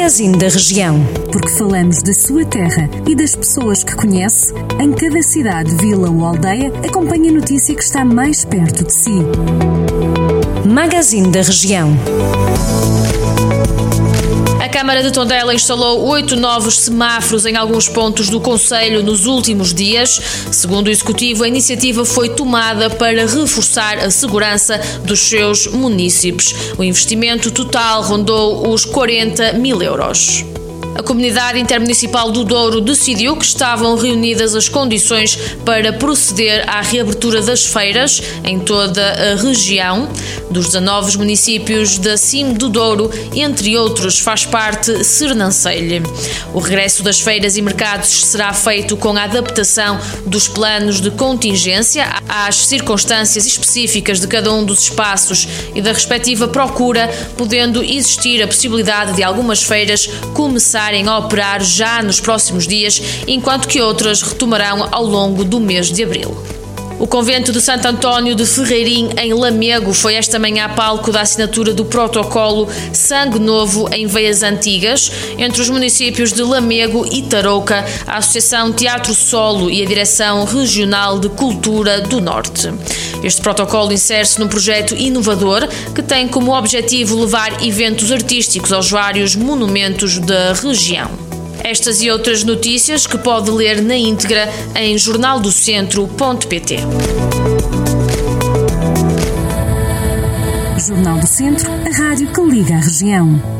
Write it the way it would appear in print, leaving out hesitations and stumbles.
Magazine da Região. Porque falamos da sua terra e das pessoas que conhece, em cada cidade, vila ou aldeia, acompanhe a notícia que está mais perto de si. Magazine da Região. A Câmara de Tondela instalou 8 novos semáforos em alguns pontos do concelho nos últimos dias. Segundo o Executivo, a iniciativa foi tomada para reforçar a segurança dos seus munícipes. O investimento total rondou os 40 mil euros. A Comunidade Intermunicipal do Douro decidiu que estavam reunidas as condições para proceder à reabertura das feiras em toda a região. Dos 19 municípios da Cimo do Douro, entre outros, faz parte Sernancelho. O regresso das feiras e mercados será feito com a adaptação dos planos de contingência às circunstâncias específicas de cada um dos espaços e da respectiva procura, podendo existir a possibilidade de algumas feiras começarem a operar já nos próximos dias, enquanto que outras retomarão ao longo do mês de abril. O convento de Santo António de Ferreirim, em Lamego, foi esta manhã palco da assinatura do protocolo Sangue Novo em Veias Antigas, entre os municípios de Lamego e Tarouca, a Associação Teatro Solo e a Direção Regional de Cultura do Norte. Este protocolo insere-se num projeto inovador que tem como objetivo levar eventos artísticos aos vários monumentos da região. Estas e outras notícias que pode ler na íntegra em jornaldocentro.pt. Jornal do Centro, a rádio que liga a região.